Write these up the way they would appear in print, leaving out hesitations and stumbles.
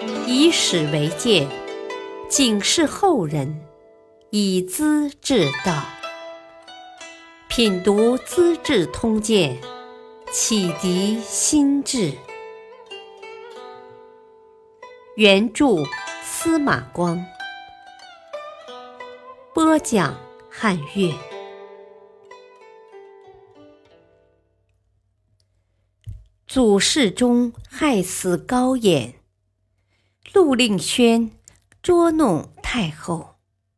以史为鉴，警示后人，以资治道。品读《资治通鉴》，启迪心智。原著司马光，播讲汉乐。祖世忠害死高演，陆令轩捉弄太后。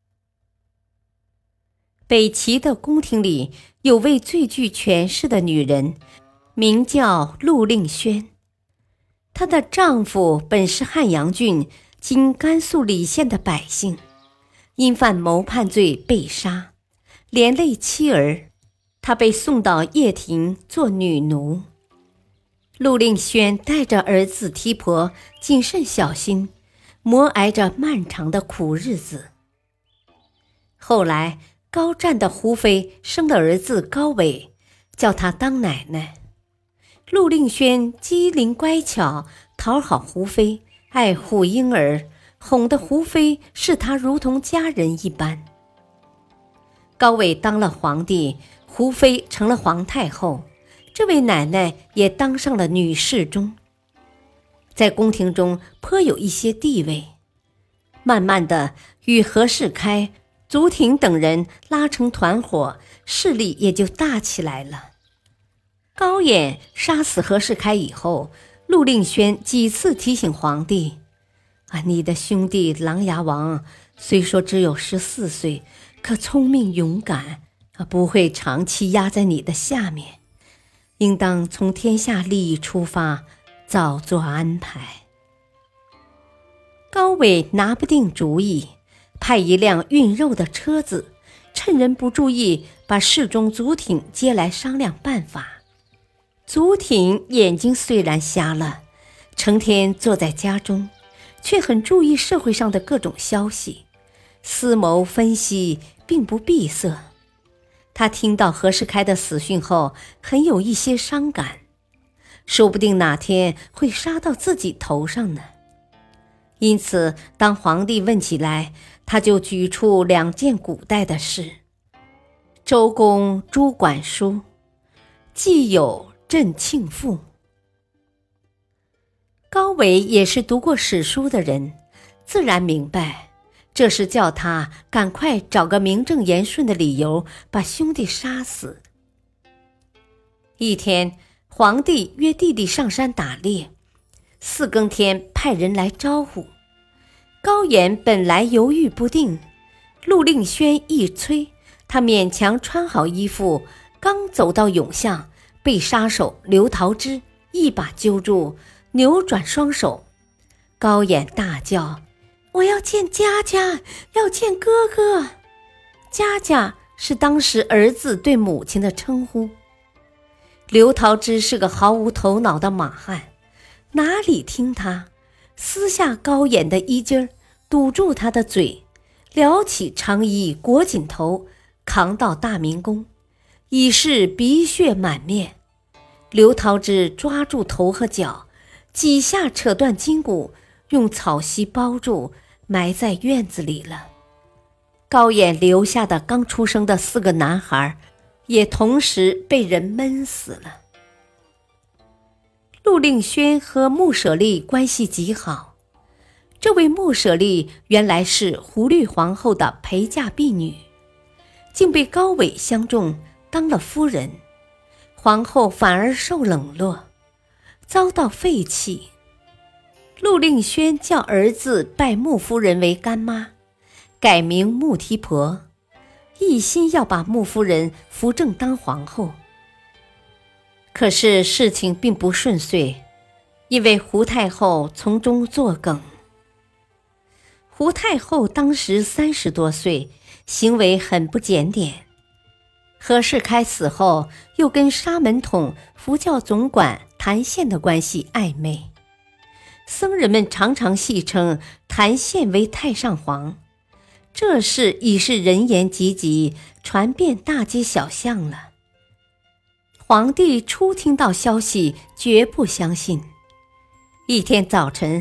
北齐的宫廷里有位最具权势的女人，名叫陆令轩。她的丈夫本是汉阳郡（今甘肃礼县）的百姓，因犯谋叛罪被杀，连累妻儿。她被送到掖庭做女奴。陆令轩带着儿子提婆谨慎小心，默挨着漫长的苦日子。后来高湛的胡妃生了儿子高纬，叫他当奶奶。陆令轩机灵乖巧，讨好胡妃，爱护婴儿，哄得胡妃视他如同家人一般。高纬当了皇帝，胡妃成了皇太后，这位奶奶也当上了女侍中，在宫廷中颇有一些地位。慢慢的，与何世开、祖挺等人拉成团伙，势力也就大起来了。高演杀死何世开以后，陆令轩几次提醒皇帝：你的兄弟琅琊王虽说只有14岁，可聪明勇敢，不会长期压在你的下面，应当从天下利益出发，早做安排。高纬拿不定主意，派一辆运肉的车子，趁人不注意，把侍中祖挺接来商量办法。祖挺眼睛虽然瞎了，成天坐在家中，却很注意社会上的各种消息，思谋分析并不闭塞。他听到何世开的死讯后，很有一些伤感，说不定哪天会杀到自己头上呢。因此当皇帝问起来，他就举出2件古代的事：周公朱管叔，既有朕庆父。高纬也是读过史书的人，自然明白这是叫他赶快找个名正言顺的理由把兄弟杀死。一天，皇帝约弟弟上山打猎，4更天派人来招呼。高演本来犹豫不定，陆令轩一催，他勉强穿好衣服，刚走到甬巷，被杀手刘桃枝一把揪住，扭转双手。高演大叫：我要见家家，要见哥哥。家家是当时儿子对母亲的称呼。刘桃枝是个毫无头脑的马汉，哪里听他，撕下高演的衣襟，堵住他的嘴，撩起长衣裹紧头，扛到大明宫，已是鼻血满面。刘桃枝抓住头和脚，几下扯断筋骨，用草席包住，埋在院子里了。高演留下的刚出生的4个男孩也同时被人闷死了。陆令轩和穆舍利关系极好，这位穆舍利原来是胡律皇后的陪嫁婢女，竟被高纬相中，当了夫人。皇后反而受冷落，遭到废弃。陆令轩叫儿子拜穆夫人为干妈，改名穆提婆，一心要把穆夫人扶正当皇后。可是事情并不顺遂，因为胡太后从中作梗。胡太后当时30多岁，行为很不检点。何世开死后，又跟沙门统佛教总管谭宪的关系暧昧，僧人们常常戏称谭宪为太上皇，这事已是人言济济，传遍大街小巷了。皇帝初听到消息，绝不相信。一天早晨，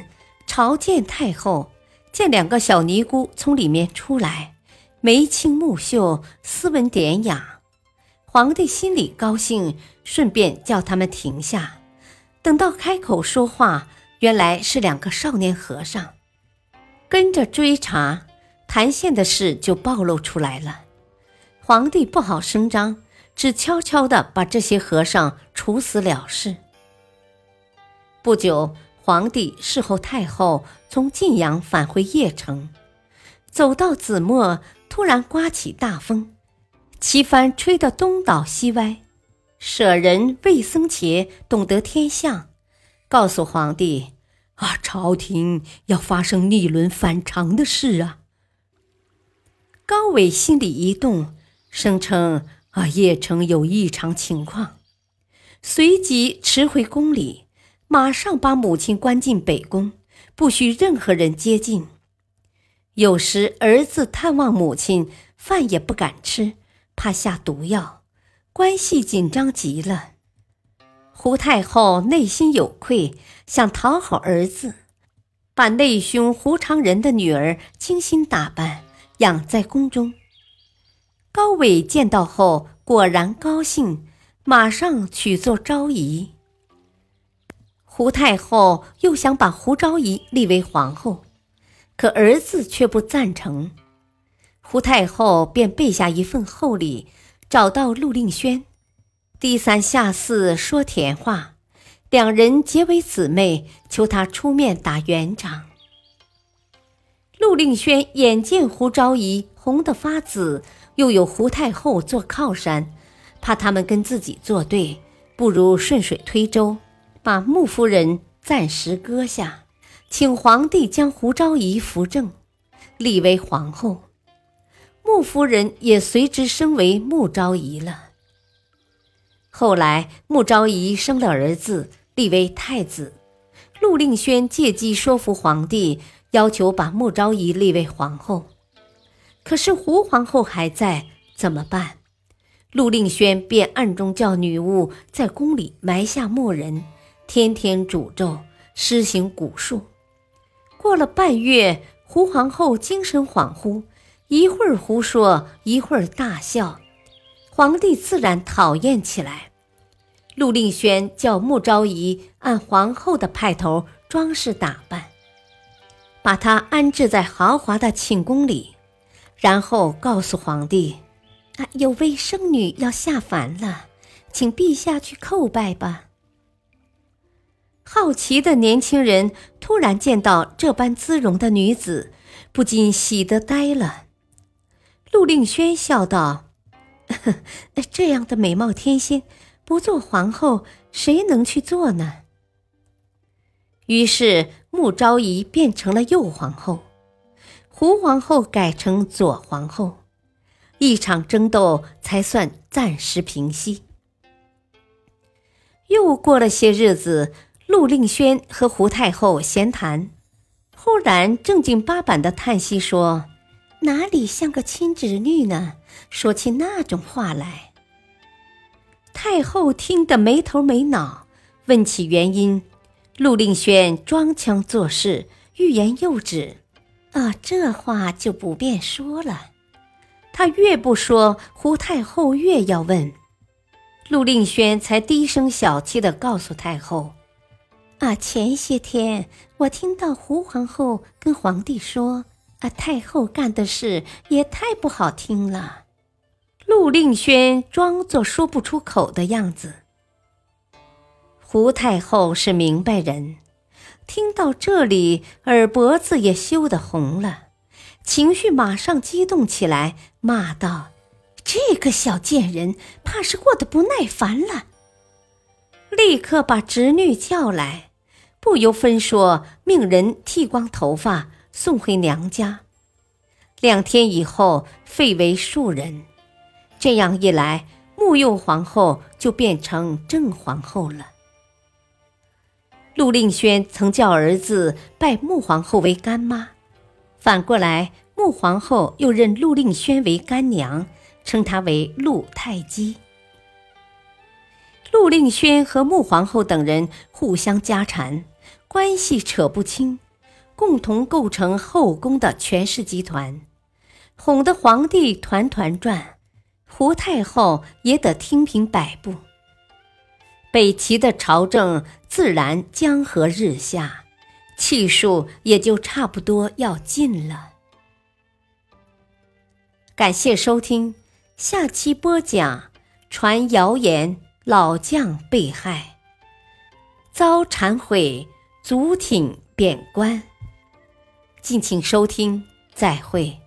朝见太后，见两个小尼姑从里面出来，眉清目秀，斯文典雅。皇帝心里高兴，顺便叫他们停下。等到开口说话，原来是两个少年和尚。跟着追查，谭县的事就暴露出来了。皇帝不好声张，只悄悄地把这些和尚处死了事。不久，皇帝侍候太后从晋阳返回邺城，走到子末，突然刮起大风，旗帆吹得东倒西歪。舍人魏僧伽懂得天象，告诉皇帝朝廷要发生逆伦反常的事啊。高纬心里一动，声称邺城有异常情况，随即驰回宫里，马上把母亲关进北宫，不许任何人接近。有时儿子探望母亲，饭也不敢吃，怕下毒药，关系紧张极了。胡太后内心有愧，想讨好儿子，把内兄胡长仁的女儿精心打扮，养在宫中。高纬见到后果然高兴，马上娶做昭仪。胡太后又想把胡昭仪立为皇后，可儿子却不赞成。胡太后便备下一份厚礼，找到陆令轩，低三下四说甜话，两人结为姊妹，求他出面打圆场。陆令轩眼见胡昭仪红得发紫，又有胡太后做靠山，怕他们跟自己作对，不如顺水推舟，把穆夫人暂时搁下，请皇帝将胡昭仪扶正，立为皇后。穆夫人也随之升为穆昭仪了。后来穆昭仪生了儿子，立为太子。陆令轩借机说服皇帝，要求把穆昭仪立为皇后。可是胡皇后还在，怎么办？陆令轩便暗中叫女巫在宫里埋下木人，天天诅咒，施行蛊术。过了半月，胡皇后精神恍惚，一会儿胡说，一会儿大笑，皇帝自然讨厌起来。陆令轩叫穆昭仪按皇后的派头装饰打扮，把她安置在豪华的寝宫里，然后告诉皇帝有位圣女要下凡了，请陛下去叩拜吧。好奇的年轻人突然见到这般姿容的女子，不禁喜得呆了。陆令轩笑道：这样的美貌天仙，不做皇后，谁能去做呢？于是穆昭仪变成了右皇后，胡皇后改成左皇后，一场争斗才算暂时平息。又过了些日子，陆令轩和胡太后闲谈，忽然正经八百地叹息说：哪里像个亲侄女呢？说起那种话来。太后听得没头没脑，问起原因。陆令轩装腔作势，欲言又止。这话就不便说了。他越不说，胡太后越要问。陆令轩才低声小气地告诉太后：前些天我听到胡皇后跟皇帝说，太后干的事也太不好听了。陆令轩装作说不出口的样子。胡太后是明白人，听到这里，耳脖子也羞得红了，情绪马上激动起来，骂道：这个小贱人怕是过得不耐烦了。立刻把侄女叫来，不由分说，命人剃光头发，送回娘家。2天以后，废为庶人。这样一来，穆右皇后就变成正皇后了。陆令轩曾叫儿子拜穆皇后为干妈，反过来穆皇后又认陆令轩为干娘，称她为陆太姬。陆令轩和穆皇后等人互相家缠，关系扯不清， 共同构成后宫的权势集团，哄得皇帝团团转，胡太后也得听凭摆布。北齐的朝政自然江河日下，气数也就差不多要尽了。感谢收听，下期播讲传谣言老将被害，遭忏悔足挺贬官。敬请收听，再会。